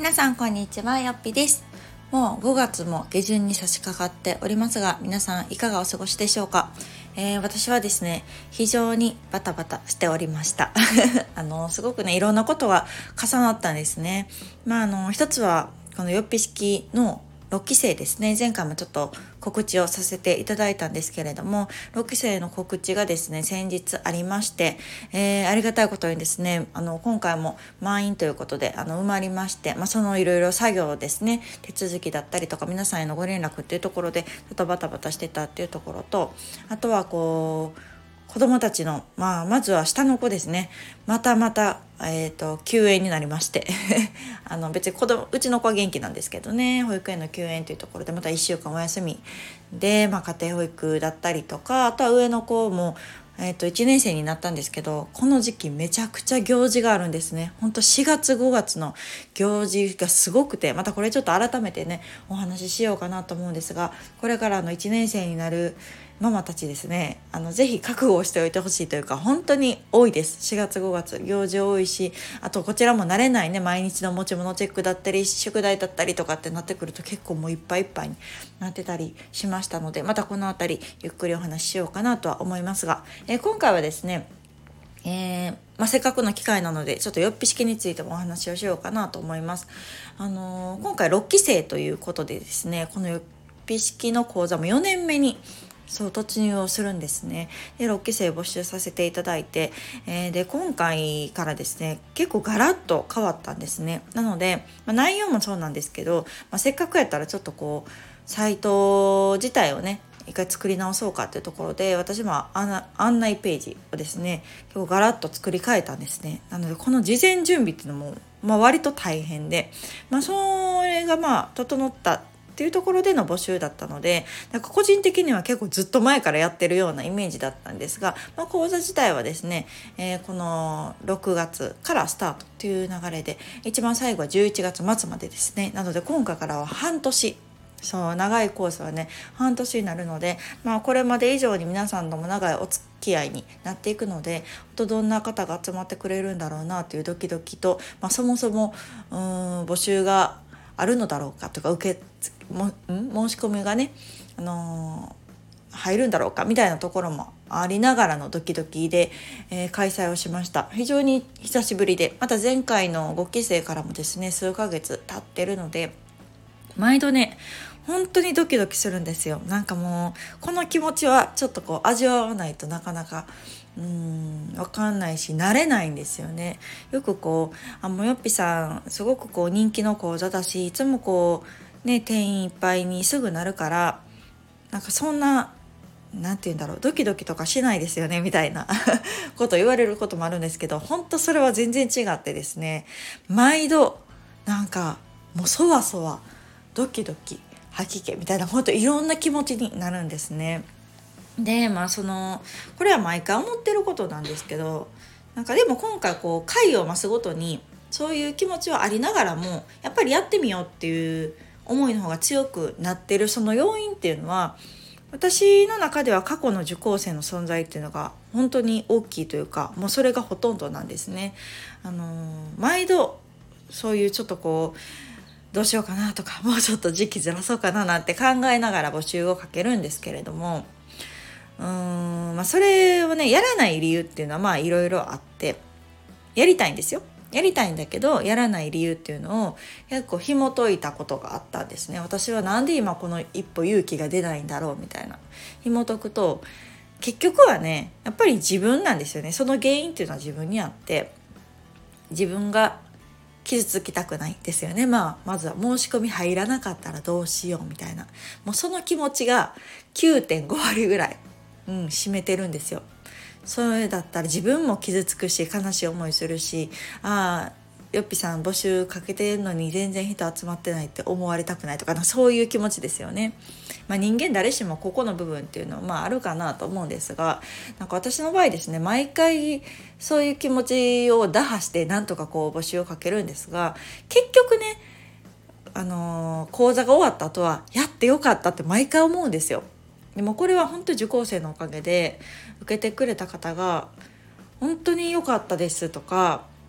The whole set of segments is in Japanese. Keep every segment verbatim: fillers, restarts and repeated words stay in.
皆さんこんにちは、よっぴです。もうごがつも下旬に差し掛かっておりますが、皆さんいかがお過ごしでしょうか。えー、私はですね、非常にバタバタしておりましたあのすごくね、いろんなことが重なったんですね。まああの一つはこのよっぴ式のろっきせいですね。前回もちょっと告知をさせていただいたんですけれども、ろっきせいの告知がですね、先日ありまして、えー、ありがたいことにですね、あの今回も満員ということであの埋まりまして、まあ、そのいろいろ作業ですね、手続きだったりとか皆さんへのご連絡っていうところでちょっとバタバタしてたっていうところと、あとはこう子供たちの、まあ、まずは下の子ですね、またまた、えーと、休園になりましてあの別に子供うちの子は元気なんですけどね、保育園の休園というところでまたいっしゅうかんお休みで、まあ、家庭保育だったりとか、あとは上の子もえー、といちねんせいになったんですけど、この時期めちゃくちゃ行事があるんですね。ほんとしがつごがつの行事がすごくて、またこれちょっと改めてねお話ししようかなと思うんですが、これからのいちねんせいになるママたちですね、あのぜひ覚悟をしておいてほしいというか、本当に多いです。しがつごがつ行事多いし、あとこちらも慣れないね、毎日の持ち物チェックだったり宿題だったりとかってなってくると結構もういっぱいいっぱいになってたりしましたので、またこのあたりゆっくりお話ししようかなとは思いますが、えー、今回はですね、えーまあ、せっかくの機会なのでちょっとよっぴ式についてもお話をしようかなと思います。あのー、今回ろっきせいということでですね、このよっぴ式の講座もよねんめにそう突入をするんですね。でろっきせい募集させていただいて、えー、で今回からですね結構ガラッと変わったんですね。なので、まあ、内容もそうなんですけど、まあ、せっかくやったらちょっとこうサイト自体をね一回作り直そうかっていうところで、私も案内ページをですね結構ガラッと作り変えたんですね。なのでこの事前準備っていうのも、まあ、割と大変で、まあ、それがまあ整ったっていうところでの募集だったので、なんか個人的には結構ずっと前からやってるようなイメージだったんですが、まあ、講座自体はですね、えー、このろくがつからスタートっていう流れで、一番最後はじゅういちがつまつまでですね。なので今回からは半年、そう長いコースはね半年になるので、まあ、これまで以上に皆さんとも長いお付き合いになっていくので、どんな方が集まってくれるんだろうなというドキドキと、まあ、そもそもうーん募集があるのだろうかとか、受けもん申し込みがね、あのー、入るんだろうかみたいなところもありながらのドキドキで、えー、開催をしました。非常に久しぶりで、また前回のごきせいからもですね数ヶ月経ってるので、毎度ね本当にドキドキするんですよ。なんかもうこの気持ちはちょっとこう味わわないとなかなかうーん分かんないし、慣れないんですよね。よくこうあもよっぴさんすごくこう人気の講座だし、いつもこうね定員いっぱいにすぐなるから、なんかそんななんて言うんだろう、ドキドキとかしないですよねみたいなこと言われることもあるんですけど、本当それは全然違ってですね、毎度なんかもうそわそわドキドキ吐き気みたいな、本当いろんな気持ちになるんですね。でまあそのこれは毎回思ってることなんですけど、なんかでも今回こう回を増すごとにそういう気持ちはありながらも、やっぱりやってみようっていう思いの方が強くなってるその要因っていうのは、私の中では過去の受講生の存在っていうのが本当に大きいというか、もうそれがほとんどなんですね。あの毎度そういうちょっとこうどうしようかなとか、もうちょっと時期ずらそうかななんて考えながら募集をかけるんですけれども、うーん、まあ、それをねやらない理由っていうのはまあいろいろあって、やりたいんですよ。やりたいんだけどやらない理由っていうのを結構紐解いたことがあったんですね。私はなんで今この一歩勇気が出ないんだろうみたいな、紐解くと結局はねやっぱり自分なんですよね。その原因っていうのは自分にあって、自分が傷つきたくないですよね。まあまずは申し込み入らなかったらどうしようみたいな、もうその気持ちが きゅうてんご 割ぐらい、うん、占めてるんですよ。それだったら自分も傷つくし悲しい思いするし、ああよっぴさん募集かけてるのに全然人集まってないって思われたくないとか、そういう気持ちですよね。まあ、人間誰しもここの部分っていうのはまああるかなと思うんですが、なんか私の場合ですね、毎回そういう気持ちを打破してなんとかこう募集をかけるんですが、結局ねあのー、講座が終わった後はやってよかったって毎回思うんですよ。でもこれは本当に受講生のおかげで受けてくれた方が本当に良かったですとか、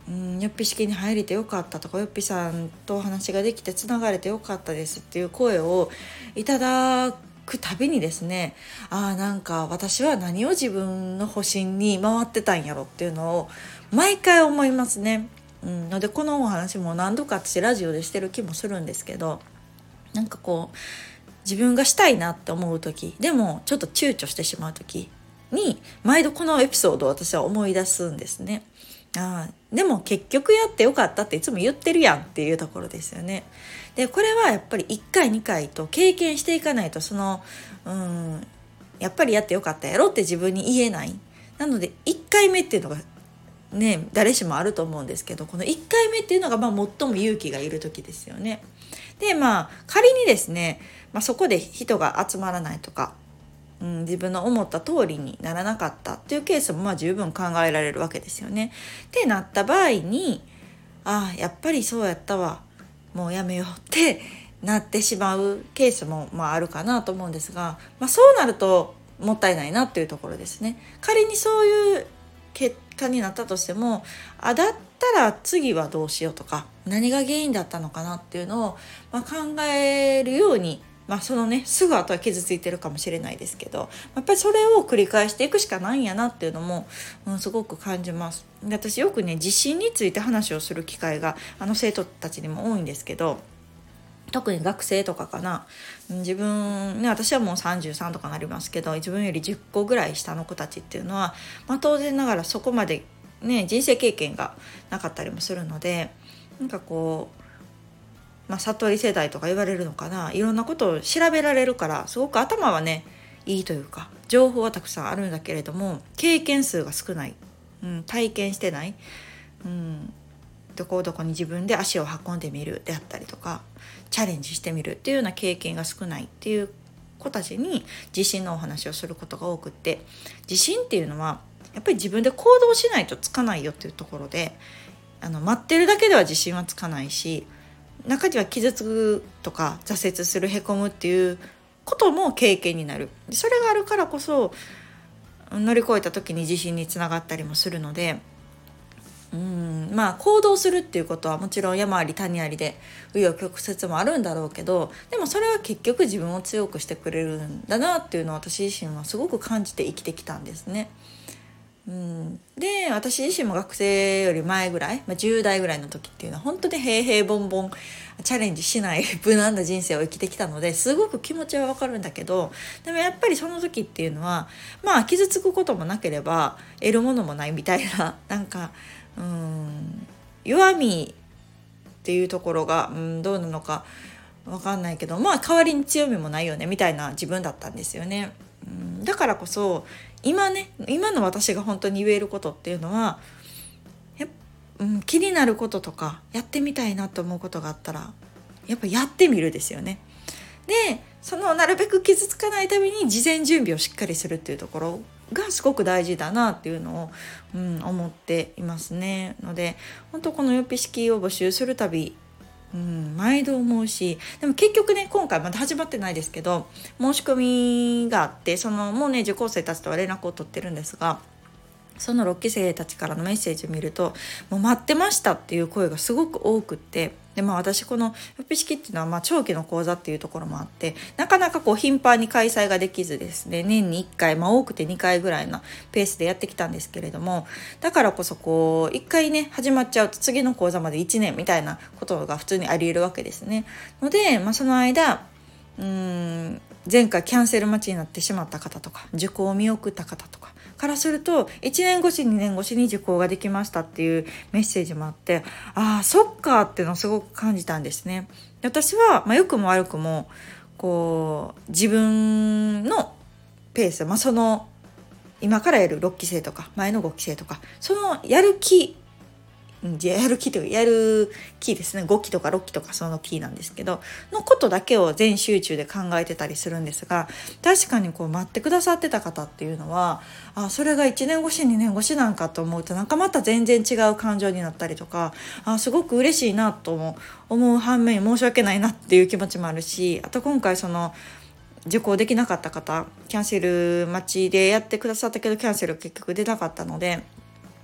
うん、よっぴ式に入れてよかったとか、よっぴさんとお話ができてつながれてよかったですっていう声をいただくたびにですね、あーなんか私は何を自分の保身に回ってたんやろっていうのを毎回思いますね。うん、のでこのお話も何度か私ラジオでしてる気もするんですけど、なんかこう自分がしたいなって思う時でもちょっと躊躇してしまう時に毎度このエピソードを私は思い出すんですね。ああ、でも結局やってよかったっていつも言ってるやんっていうところですよね。でこれはやっぱりいっかいにかいと経験していかないと、そのうんやっぱりやってよかったやろって自分に言えない。なのでいっかいめっていうのがね誰しもあると思うんですけど、このいっかいめっていうのがまあ最も勇気がいる時ですよね。でまあ仮にですね、まあ、そこで人が集まらないとか、うん、自分の思った通りにならなかったっていうケースもまあ十分考えられるわけですよね。ってなった場合に、ああやっぱりそうやったわ、もうやめようってなってしまうケースもまああるかなと思うんですが、まあ、そうなるともったいないなっていうところですね。仮にそういう結果になったとしても、あだったら次はどうしようとか、何が原因だったのかなっていうのを、まあ、考えるように、まあそのねすぐ後は傷ついてるかもしれないですけど、やっぱりそれを繰り返していくしかないんやなっていうのも、うん、すごく感じます。で私よくね自信について話をする機会があの生徒たちにも多いんですけど、特に学生とかかな、自分ね私はもうさんじゅうさんとかなりますけど、自分よりじゅっこぐらい下の子たちっていうのは、まあ、当然ながらそこまでね人生経験がなかったりもするので、なんかこうまあ、悟り世代とか言われるのかな、いろんなことを調べられるからすごく頭はねいいというか、情報はたくさんあるんだけれども経験数が少ない、うん、体験してない、うん、どこどこに自分で足を運んでみるであったりとか、チャレンジしてみるっていうような経験が少ないっていう子たちに自信のお話をすることが多くって、自信っていうのはやっぱり自分で行動しないとつかないよっていうところで、あの待ってるだけでは自信はつかないし、中には傷つくとか挫折する、へこむっていうことも経験になる。それがあるからこそ乗り越えた時に自信につながったりもするので、うんまあ行動するっていうことはもちろん山あり谷ありで紆余曲折もあるんだろうけど、でもそれは結局自分を強くしてくれるんだなっていうのを私自身はすごく感じて生きてきたんですね。うん、で私自身も学生より前ぐらい、まあ、じゅう代ぐらいの時っていうのは本当に平々凡々チャレンジしない無難な人生を生きてきたので、すごく気持ちはわかるんだけど、でもやっぱりその時っていうのはまあ傷つくこともなければ得るものもないみたいな、なんかうん弱みっていうところが、うん、どうなのかわかんないけど、まあ代わりに強みもないよねみたいな自分だったんですよね。うん、だからこそ今ね今の私が本当に言えることっていうのはやっ、うん、気になることとかやってみたいなと思うことがあったらやっぱやってみるですよね。でそのなるべく傷つかないために事前準備をしっかりするっていうところがすごく大事だなっていうのを、うん、思っていますね。ので本当このよっぴ式を募集するたび、うん、毎度思うし、でも結局ね今回まだ始まってないですけど申し込みがあって、そのもうね受講生たちとは連絡を取ってるんですが、そのろっき生たちからのメッセージを見るともう待ってましたっていう声がすごく多くって、で、まあ、私このよっぴ式っていうのはまあ長期の講座っていうところもあってなかなかこう頻繁に開催ができずですね、年にいっかい、まあ、多くてにかいぐらいのペースでやってきたんですけれども、だからこそこういっかいね始まっちゃうと次の講座までいちねんみたいなことが普通にあり得るわけですね。ので、まあ、その間うーん前回キャンセル待ちになってしまった方とか受講を見送った方とかからするといちねん越しにねん越しに受講ができましたっていうメッセージもあって、ああそっかっていうのをすごく感じたんですね。で私は、まあ、良くも悪くもこう自分のペース、まあ、その今からやるろっき生とか前のごき生とかそのやる気やる気というかやる気ですね、ごきとかろっきとかその気なんですけどのことだけを全集中で考えてたりするんですが、確かにこう待ってくださってた方っていうのはあそれがいちねん越しにねん越しなんかと思うとなんかまた全然違う感情になったりとか、あすごく嬉しいなと思う反面申し訳ないなっていう気持ちもあるし、あと今回その受講できなかった方キャンセル待ちでやってくださったけどキャンセル結局出なかったので、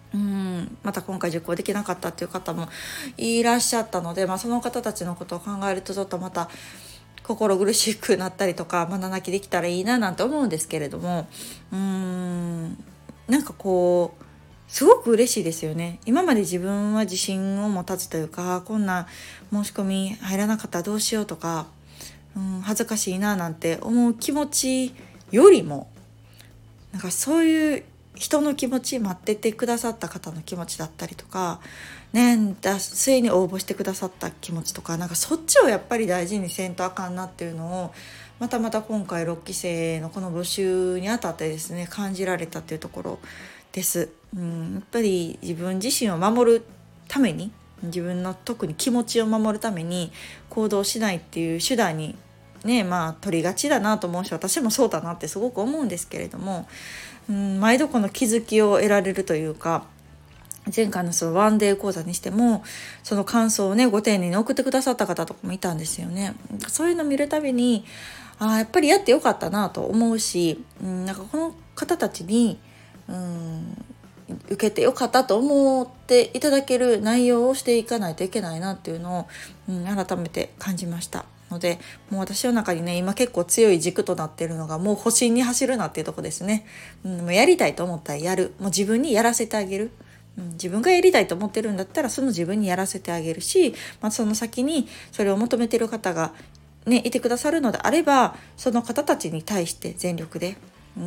うんまた今回受講できなかったっていう方もいらっしゃったので、まあ、その方たちのことを考えるとちょっとまた心苦しくなったりとか、まだ泣きできたらいいななんて思うんですけれども、うーんなんかこうすごく嬉しいですよね。今まで自分は自信を持たずというか、こんな申し込み入らなかったらどうしようとか、うん、恥ずかしいななんて思う気持ちよりも、なんかそういう人の気持ち、待っててくださった方の気持ちだったりとかね、だ末に応募してくださった気持ちとか、なんかそっちをやっぱり大事にせんとあかんなっていうのをまたまた今回ろっき生のこの募集にあたってですね感じられたっていうところです。うん、やっぱり自分自身を守るために、自分の特に気持ちを守るために行動しないっていう手段にね、まあ取りがちだなと思うし、私もそうだなってすごく思うんですけれども、うん、毎度この気づきを得られるというか、前回のそのワンデー講座にしてもその感想をねご丁寧に送ってくださった方とかもいたんですよね。そういうのを見るたびに、あやっぱりやってよかったなと思うし、うん、なんかこの方たちに、うん、受けてよかったと思っていただける内容をしていかないといけないなっていうのを、うん、改めて感じましたので、もう私の中にね今結構強い軸となっているのが、もう保身に走るなっていうとこですね。うん、もうやりたいと思ったらやる、もう自分にやらせてあげる、うん、自分がやりたいと思ってるんだったらその自分にやらせてあげるし、まあ、その先にそれを求めてる方が、ね、いてくださるのであれば、その方たちに対して全力で、うん、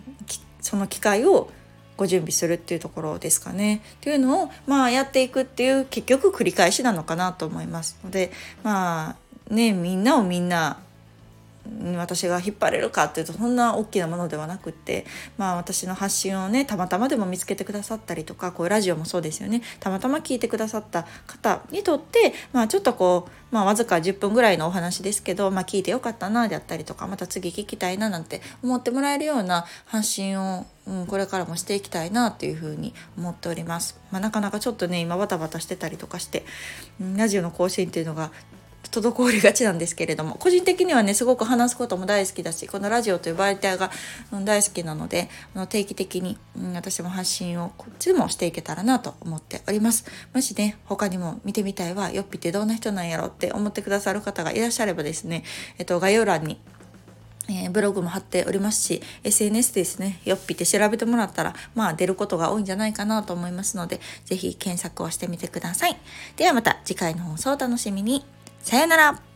その機会をご準備するっていうところですかね。っていうのを、まあ、やっていくっていう結局繰り返しなのかなと思いますので、まあね、みんなをみんな私が引っ張れるかっていうとそんな大きなものではなくって、まあ、私の発信をねたまたまでも見つけてくださったりとか、こういうラジオもそうですよね、たまたま聞いてくださった方にとって、まあ、ちょっとこう、まあ、わずかじゅっぷんぐらいのお話ですけど、まあ、聞いてよかったなであったりとか、また次聞きたいななんて思ってもらえるような発信を、うん、これからもしていきたいなっていうふうに思っております。まあ、なかなかちょっとね今バタバタしてたりとかして、うん、ラジオの更新っていうのが滞りがちなんですけれども、個人的にはねすごく話すことも大好きだし、このラジオという媒体が、うん、大好きなので、あの定期的に、うん、私も発信をこっちでもしていけたらなと思っております。もしね他にも見てみたいわ、よっぴってどんな人なんやろって思ってくださる方がいらっしゃればですね、えっと、概要欄にえー、ブログも貼っておりますし、 エスエヌエス ですね、よっぴって調べてもらったらまあ出ることが多いんじゃないかなと思いますので、ぜひ検索をしてみてください。ではまた次回の放送をお楽しみに。さよなら。